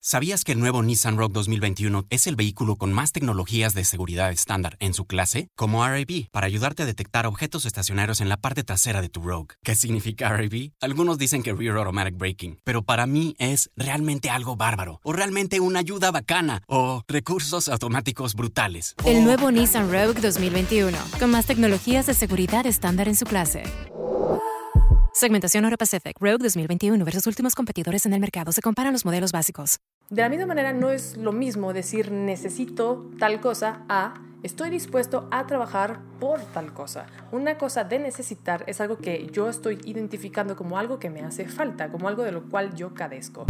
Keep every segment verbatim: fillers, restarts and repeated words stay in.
¿Sabías que el nuevo Nissan Rogue dos mil veintiuno es el vehículo con más tecnologías de seguridad estándar en su clase? Como R A B, para ayudarte a detectar objetos estacionarios en la parte trasera de tu Rogue. ¿Qué significa R A B? Algunos dicen que Rear Automatic Braking, pero para mí es realmente algo bárbaro, o realmente una ayuda bacana, o recursos automáticos brutales. El nuevo Nissan Rogue dos mil veintiuno, con más tecnologías de seguridad estándar en su clase. Segmentación Euro Pacific Rogue dos mil veintiuno versus últimos competidores en el mercado. Se comparan los modelos básicos. De la misma manera, no es lo mismo decir necesito tal cosa a estoy dispuesto a trabajar por tal cosa. Una cosa de necesitar es algo que yo estoy identificando como algo que me hace falta, como algo de lo cual yo carezco.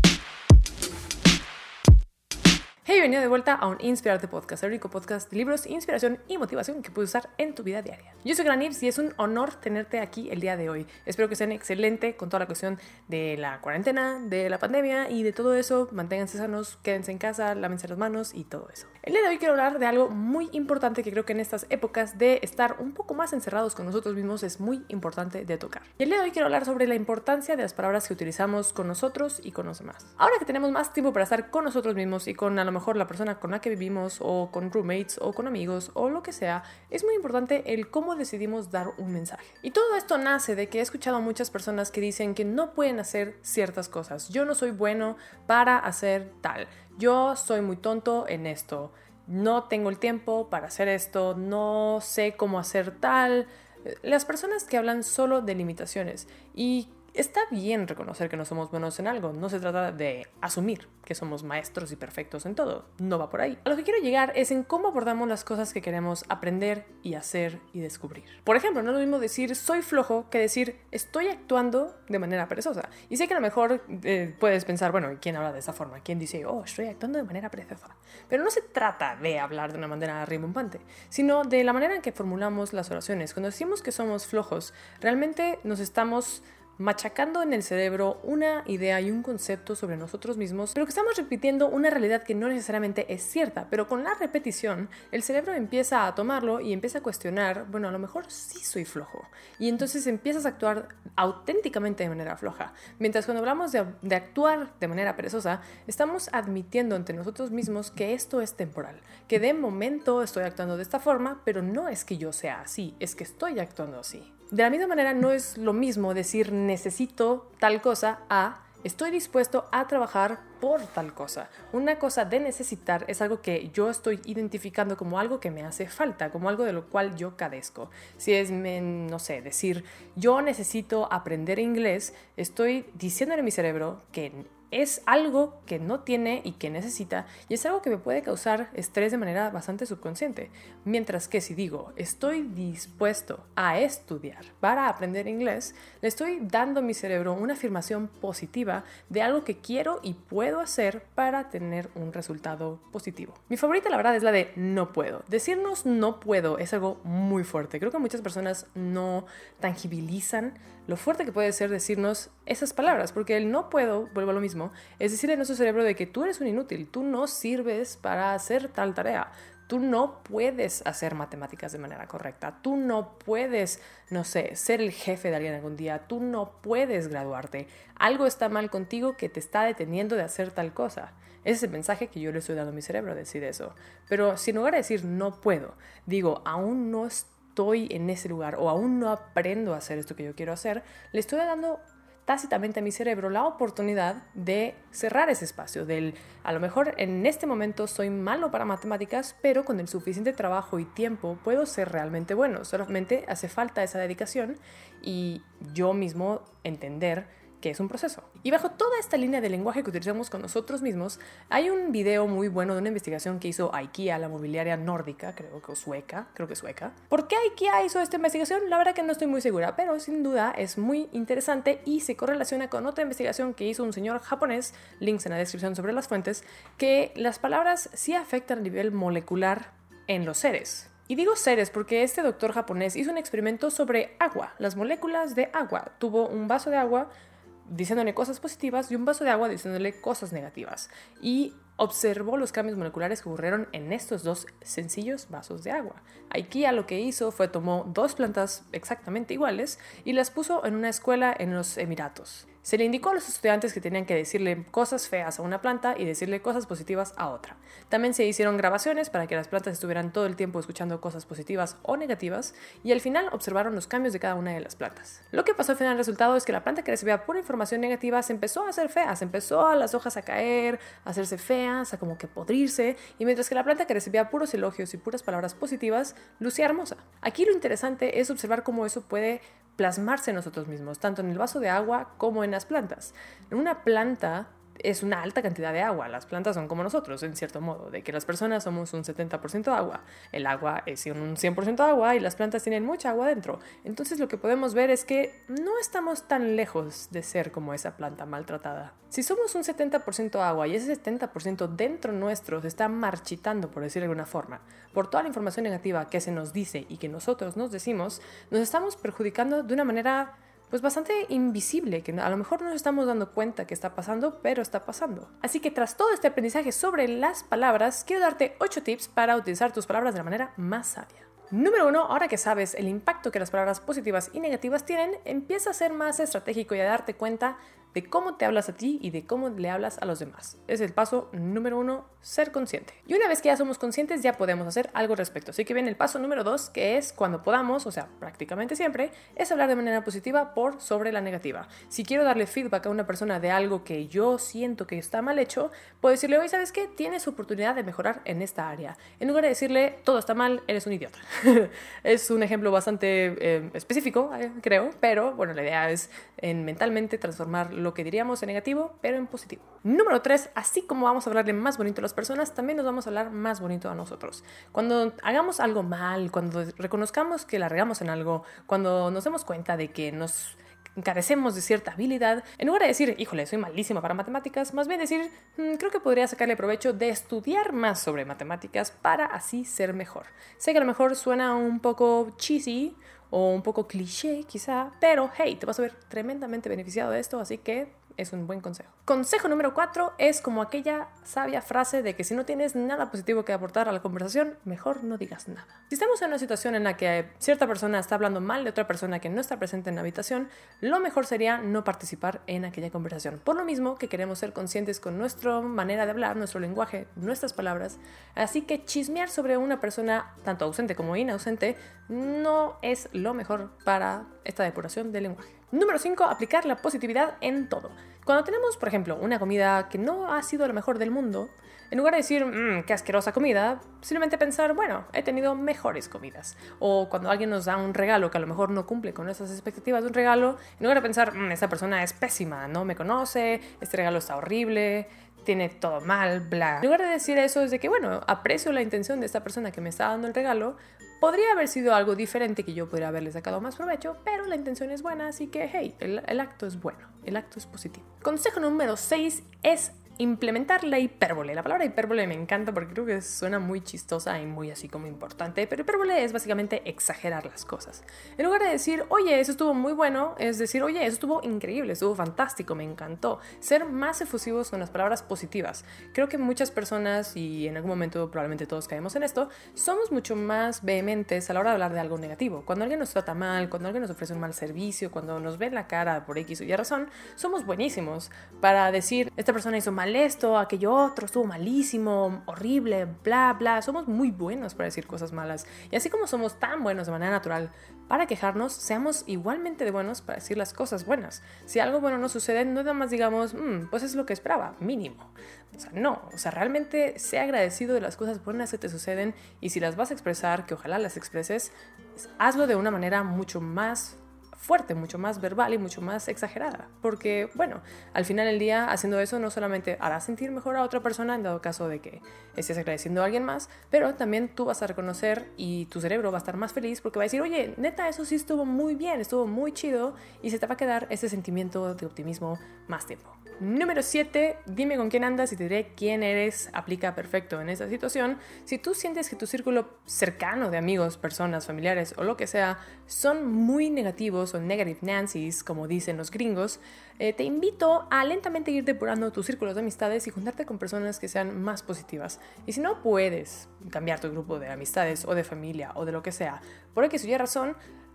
Hey, bienvenido de vuelta a un Inspirarte Podcast, el único podcast de libros, inspiración y motivación que puedes usar en tu vida diaria. Yo soy Gran Ives y es un honor tenerte aquí el día de hoy. Espero que estén excelente con toda la cuestión de la cuarentena, de la pandemia y de todo eso. Manténganse sanos, quédense en casa, lávense las manos y todo eso. El día de hoy quiero hablar de algo muy importante que creo que en estas épocas de estar un poco más encerrados con nosotros mismos es muy importante de tocar. Y el día de hoy quiero hablar sobre la importancia de las palabras que utilizamos con nosotros y con los demás. Ahora que tenemos más tiempo para estar con nosotros mismos y con a lo mejor la persona con la que vivimos o con roommates o con amigos o lo que sea, es muy importante el cómo decidimos dar un mensaje. Y todo esto nace de que he escuchado a muchas personas que dicen que no pueden hacer ciertas cosas. Yo no soy bueno para hacer tal. Yo soy muy tonto en esto. No tengo el tiempo para hacer esto. No sé cómo hacer tal. Las personas que hablan solo de limitaciones y está bien reconocer que no somos buenos en algo, no se trata de asumir que somos maestros y perfectos en todo, no va por ahí. A lo que quiero llegar es en cómo abordamos las cosas que queremos aprender y hacer y descubrir. Por ejemplo, no es lo mismo decir soy flojo que decir estoy actuando de manera perezosa. Y sé que a lo mejor eh, puedes pensar, bueno, ¿y quién habla de esa forma? ¿Quién dice, oh, estoy actuando de manera perezosa? Pero no se trata de hablar de una manera rimbombante, sino de la manera en que formulamos las oraciones. Cuando decimos que somos flojos, realmente nos estamos machacando en el cerebro una idea y un concepto sobre nosotros mismos, pero que estamos repitiendo una realidad que no necesariamente es cierta, pero con la repetición el cerebro empieza a tomarlo y empieza a cuestionar, bueno, a lo mejor sí soy flojo, y entonces empiezas a actuar auténticamente de manera floja, mientras cuando hablamos de, de actuar de manera perezosa, estamos admitiendo ante nosotros mismos que esto es temporal, que de momento estoy actuando de esta forma, pero no es que yo sea así, es que estoy actuando así. De la misma manera, no es lo mismo decir necesito tal cosa a estoy dispuesto a trabajar por tal cosa. Una cosa de necesitar es algo que yo estoy identificando como algo que me hace falta, como algo de lo cual yo carezco. Si es, no sé, decir yo necesito aprender inglés, estoy diciéndole a mi cerebro que es algo que no tiene y que necesita, y es algo que me puede causar estrés de manera bastante subconsciente. Mientras que si digo, estoy dispuesto a estudiar para aprender inglés, le estoy dando a mi cerebro una afirmación positiva de algo que quiero y puedo hacer para tener un resultado positivo. Mi favorita, la verdad, es la de no puedo. Decirnos no puedo es algo muy fuerte. Creo que muchas personas no tangibilizan lo fuerte que puede ser decirnos esas palabras, porque el no puedo, vuelvo a lo mismo, es decirle a nuestro cerebro de que tú eres un inútil, tú no sirves para hacer tal tarea, tú no puedes hacer matemáticas de manera correcta, tú no puedes, no sé, ser el jefe de alguien algún día, tú no puedes graduarte, algo está mal contigo que te está deteniendo de hacer tal cosa. Ese es el mensaje que yo le estoy dando a mi cerebro, decir eso. Pero si en lugar de decir no puedo, digo aún no estoy estoy en ese lugar o aún no aprendo a hacer esto que yo quiero hacer, le estoy dando tácitamente a mi cerebro la oportunidad de cerrar ese espacio, del a lo mejor en este momento soy malo para matemáticas, pero con el suficiente trabajo y tiempo puedo ser realmente bueno, solamente hace falta esa dedicación y yo mismo entender que es un proceso. Y bajo toda esta línea de lenguaje que utilizamos con nosotros mismos, hay un video muy bueno de una investigación que hizo IKEA, la mobiliaria nórdica, creo que sueca, creo que sueca. ¿Por qué IKEA hizo esta investigación? La verdad que no estoy muy segura, pero sin duda es muy interesante y se correlaciona con otra investigación que hizo un señor japonés, links en la descripción sobre las fuentes, que las palabras sí afectan a nivel molecular en los seres. Y digo seres porque este doctor japonés hizo un experimento sobre agua, las moléculas de agua. Tuvo un vaso de agua diciéndole cosas positivas y un vaso de agua diciéndole cosas negativas. Y observó los cambios moleculares que ocurrieron en estos dos sencillos vasos de agua. IKEA lo que hizo fue tomó dos plantas exactamente iguales y las puso en una escuela en los Emiratos. Se le indicó a los estudiantes que tenían que decirle cosas feas a una planta y decirle cosas positivas a otra. También se hicieron grabaciones para que las plantas estuvieran todo el tiempo escuchando cosas positivas o negativas y al final observaron los cambios de cada una de las plantas. Lo que pasó al final del resultado es que la planta que recibía pura información negativa se empezó a hacer fea, se empezó a las hojas a caer, a hacerse feas, a como que podrirse, y mientras que la planta que recibía puros elogios y puras palabras positivas lucía hermosa. Aquí lo interesante es observar cómo eso puede plasmarse en nosotros mismos, tanto en el vaso de agua como en las plantas. En una planta es una alta cantidad de agua. Las plantas son como nosotros, en cierto modo, de que las personas somos un setenta por ciento agua. El agua es un cien por ciento agua y las plantas tienen mucha agua dentro. Entonces lo que podemos ver es que no estamos tan lejos de ser como esa planta maltratada. Si somos un setenta por ciento agua y ese setenta por ciento dentro nuestro se está marchitando, por decirlo de alguna forma, por toda la información negativa que se nos dice y que nosotros nos decimos, nos estamos perjudicando de una manera pues bastante invisible, que a lo mejor no nos estamos dando cuenta que está pasando, pero está pasando. Así que tras todo este aprendizaje sobre las palabras, quiero darte ocho tips para utilizar tus palabras de la manera más sabia. Número uno, ahora que sabes el impacto que las palabras positivas y negativas tienen, empieza a ser más estratégico y a darte cuenta de cómo te hablas a ti y de cómo le hablas a los demás. Es el paso número uno, ser consciente. Y una vez que ya somos conscientes, ya podemos hacer algo al respecto. Así que viene el paso número dos, que es cuando podamos, o sea, prácticamente siempre, es hablar de manera positiva por sobre la negativa. Si quiero darle feedback a una persona de algo que yo siento que está mal hecho, puedo decirle, oye, ¿sabes qué? Tienes oportunidad de mejorar en esta área. En lugar de decirle, todo está mal, eres un idiota. Es un ejemplo bastante eh, específico, eh, creo, pero bueno, la idea es en mentalmente transformar lo que diríamos en negativo, pero en positivo. Número tres, así como vamos a hablarle más bonito a las personas, también nos vamos a hablar más bonito a nosotros. Cuando hagamos algo mal, cuando reconozcamos que la regamos en algo, cuando nos demos cuenta de que nos carecemos de cierta habilidad, en lugar de decir, híjole, soy malísima para matemáticas, más bien decir, mmm, creo que podría sacarle provecho de estudiar más sobre matemáticas para así ser mejor. Sé que a lo mejor suena un poco cheesy o un poco cliché quizá, pero hey, te vas a ver tremendamente beneficiado de esto, así que es un buen consejo. Consejo número cuatro es como aquella sabia frase de que si no tienes nada positivo que aportar a la conversación, mejor no digas nada. Si estamos en una situación en la que cierta persona está hablando mal de otra persona que no está presente en la habitación, lo mejor sería no participar en aquella conversación. Por lo mismo que queremos ser conscientes con nuestra manera de hablar, nuestro lenguaje, nuestras palabras, así que chismear sobre una persona, tanto ausente como inausente, no es lo mejor para esta depuración del lenguaje. Número cinco, aplicar la positividad en todo. Cuando tenemos, por ejemplo, una comida que no ha sido la mejor del mundo, en lugar de decir, mmm, qué asquerosa comida, simplemente pensar, bueno, he tenido mejores comidas. O cuando alguien nos da un regalo que a lo mejor no cumple con nuestras expectativas de un regalo, en lugar de pensar, mmm, esta persona es pésima, no me conoce, este regalo está horrible, tiene todo mal, bla. En lugar de decir eso, es de que, bueno, aprecio la intención de esta persona que me está dando el regalo, podría haber sido algo diferente que yo podría haberle sacado más provecho, pero la intención es buena, así que, hey, el, el acto es bueno, el acto es positivo. Consejo número seis es implementar la hipérbole. La palabra hipérbole me encanta porque creo que suena muy chistosa y muy así como importante, pero hipérbole es básicamente exagerar las cosas. En lugar de decir, oye, eso estuvo muy bueno, es decir, oye, eso estuvo increíble, estuvo fantástico, me encantó. Ser más efusivos con las palabras positivas. Creo que muchas personas, y en algún momento probablemente todos caemos en esto, somos mucho más vehementes a la hora de hablar de algo negativo. Cuando alguien nos trata mal, cuando alguien nos ofrece un mal servicio, cuando nos ve en la cara por X o Y razón, somos buenísimos para decir, esta persona hizo mal esto, aquello otro, estuvo malísimo, horrible, bla, bla. Somos muy buenos para decir cosas malas. Y así como somos tan buenos de manera natural para quejarnos, seamos igualmente de buenos para decir las cosas buenas. Si algo bueno no sucede, no nada más digamos, mmm, pues es lo que esperaba, mínimo. O sea, no. O sea, realmente sé agradecido de las cosas buenas que te suceden y si las vas a expresar, que ojalá las expreses, hazlo de una manera mucho más fuerte, mucho más verbal y mucho más exagerada, porque bueno, al final del día haciendo eso no solamente hará sentir mejor a otra persona en dado caso de que estés agradeciendo a alguien más, pero también tú vas a reconocer y tu cerebro va a estar más feliz porque va a decir, oye, neta, eso sí estuvo muy bien, estuvo muy chido y se te va a quedar ese sentimiento de optimismo más tiempo. Número siete, dime con quién andas y te diré quién eres. Aplica perfecto en esta situación. Si tú sientes que tu círculo cercano de amigos, personas, familiares o lo que sea son muy negativos o negative Nancys, como dicen los gringos, eh, te invito a lentamente ir depurando tus círculos de amistades y juntarte con personas que sean más positivas. Y si no puedes cambiar tu grupo de amistades o de familia o de lo que sea, por X o Y razón,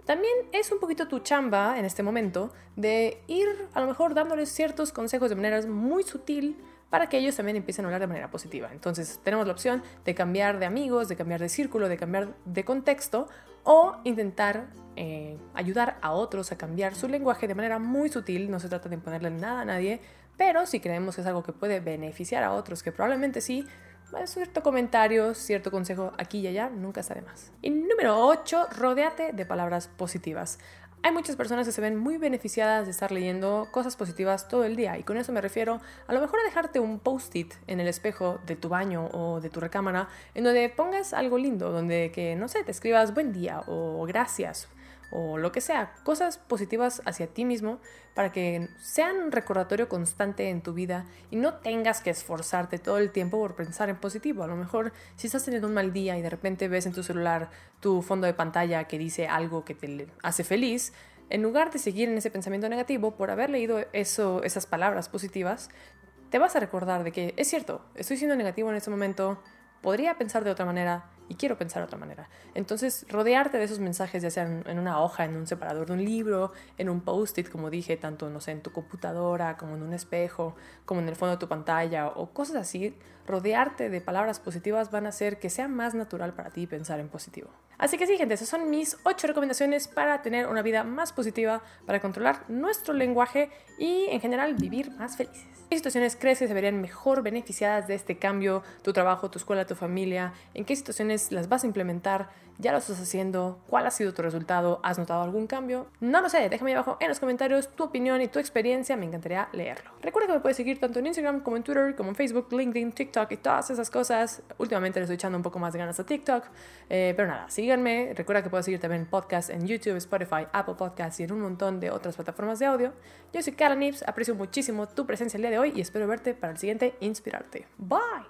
también es un poquito tu chamba en este momento de ir a lo mejor dándoles ciertos consejos de manera muy sutil para que ellos también empiecen a hablar de manera positiva. Entonces tenemos la opción de cambiar de amigos, de cambiar de círculo, de cambiar de contexto o intentar eh, ayudar a otros a cambiar su lenguaje de manera muy sutil. No se trata de imponerle nada a nadie, pero si creemos que es algo que puede beneficiar a otros, que probablemente sí, cierto comentario, cierto consejo aquí y allá nunca está de más. Y número ocho, rodéate de palabras positivas. Hay muchas personas que se ven muy beneficiadas de estar leyendo cosas positivas todo el día, y con eso me refiero a lo mejor a dejarte un post-it en el espejo de tu baño o de tu recámara en donde pongas algo lindo, donde que, no sé, te escribas buen día o gracias o lo que sea, cosas positivas hacia ti mismo para que sean un recordatorio constante en tu vida y no tengas que esforzarte todo el tiempo por pensar en positivo. A lo mejor si estás teniendo un mal día y de repente ves en tu celular tu fondo de pantalla que dice algo que te hace feliz, en lugar de seguir en ese pensamiento negativo por haber leído eso, esas palabras positivas, te vas a recordar de que es cierto, estoy siendo negativo en este momento, podría pensar de otra manera y quiero pensar de otra manera. Entonces, rodearte de esos mensajes, ya sea en, en una hoja, en un separador de un libro, en un post-it, como dije, tanto, no sé, en tu computadora, como en un espejo, como en el fondo de tu pantalla, o cosas así, rodearte de palabras positivas van a hacer que sea más natural para ti pensar en positivo. Así que sí, gente, esas son mis ocho recomendaciones para tener una vida más positiva, para controlar nuestro lenguaje y, en general, vivir más felices. ¿Qué situaciones crees que se verían mejor beneficiadas de este cambio? Tu trabajo, tu escuela, tu familia. ¿En qué situaciones las vas a implementar? ¿Ya lo estás haciendo? ¿Cuál ha sido tu resultado? ¿Has notado algún cambio? No lo sé, déjame abajo en los comentarios tu opinión y tu experiencia, me encantaría leerlo. Recuerda que me puedes seguir tanto en Instagram como en Twitter, como en Facebook, LinkedIn, TikTok y todas esas cosas. Últimamente le estoy echando un poco más de ganas a TikTok, eh, pero nada, síganme. Recuerda que puedes seguir también podcasts en YouTube, Spotify, Apple Podcasts y en un montón de otras plataformas de audio. Yo soy Kara Nips, aprecio muchísimo tu presencia el día de hoy y espero verte para el siguiente Inspirarte. Bye!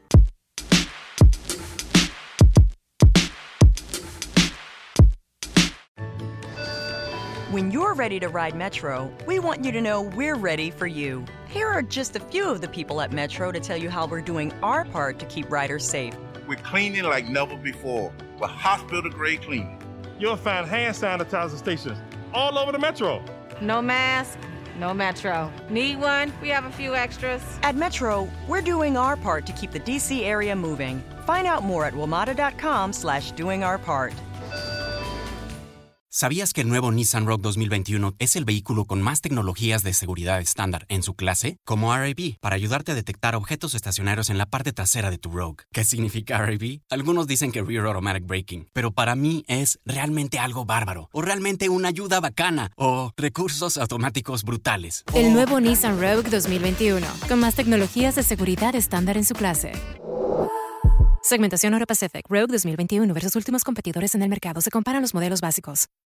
When you're ready to ride Metro, we want you to know we're ready for you. Here are just a few of the people at Metro to tell you how we're doing our part to keep riders safe. We're cleaning like never before with hospital-grade cleaning. You'll find hand sanitizer stations all over the Metro. No mask, no Metro. Need one? We have a few extras. At Metro, we're doing our part to keep the D C area moving. Find out more at WMATA.com slash doing our part. ¿Sabías que el nuevo Nissan Rogue dos mil veintiuno es el vehículo con más tecnologías de seguridad estándar en su clase? Como R A B, para ayudarte a detectar objetos estacionarios en la parte trasera de tu Rogue. ¿Qué significa R A B? Algunos dicen que Rear Automatic Braking, pero para mí es realmente algo bárbaro, o realmente una ayuda bacana, o recursos automáticos brutales. O... El nuevo Nissan Rogue dos mil veintiuno, con más tecnologías de seguridad estándar en su clase. Segmentación Euro Pacific Rogue dos mil veintiuno versus últimos competidores en el mercado. Se comparan los modelos básicos.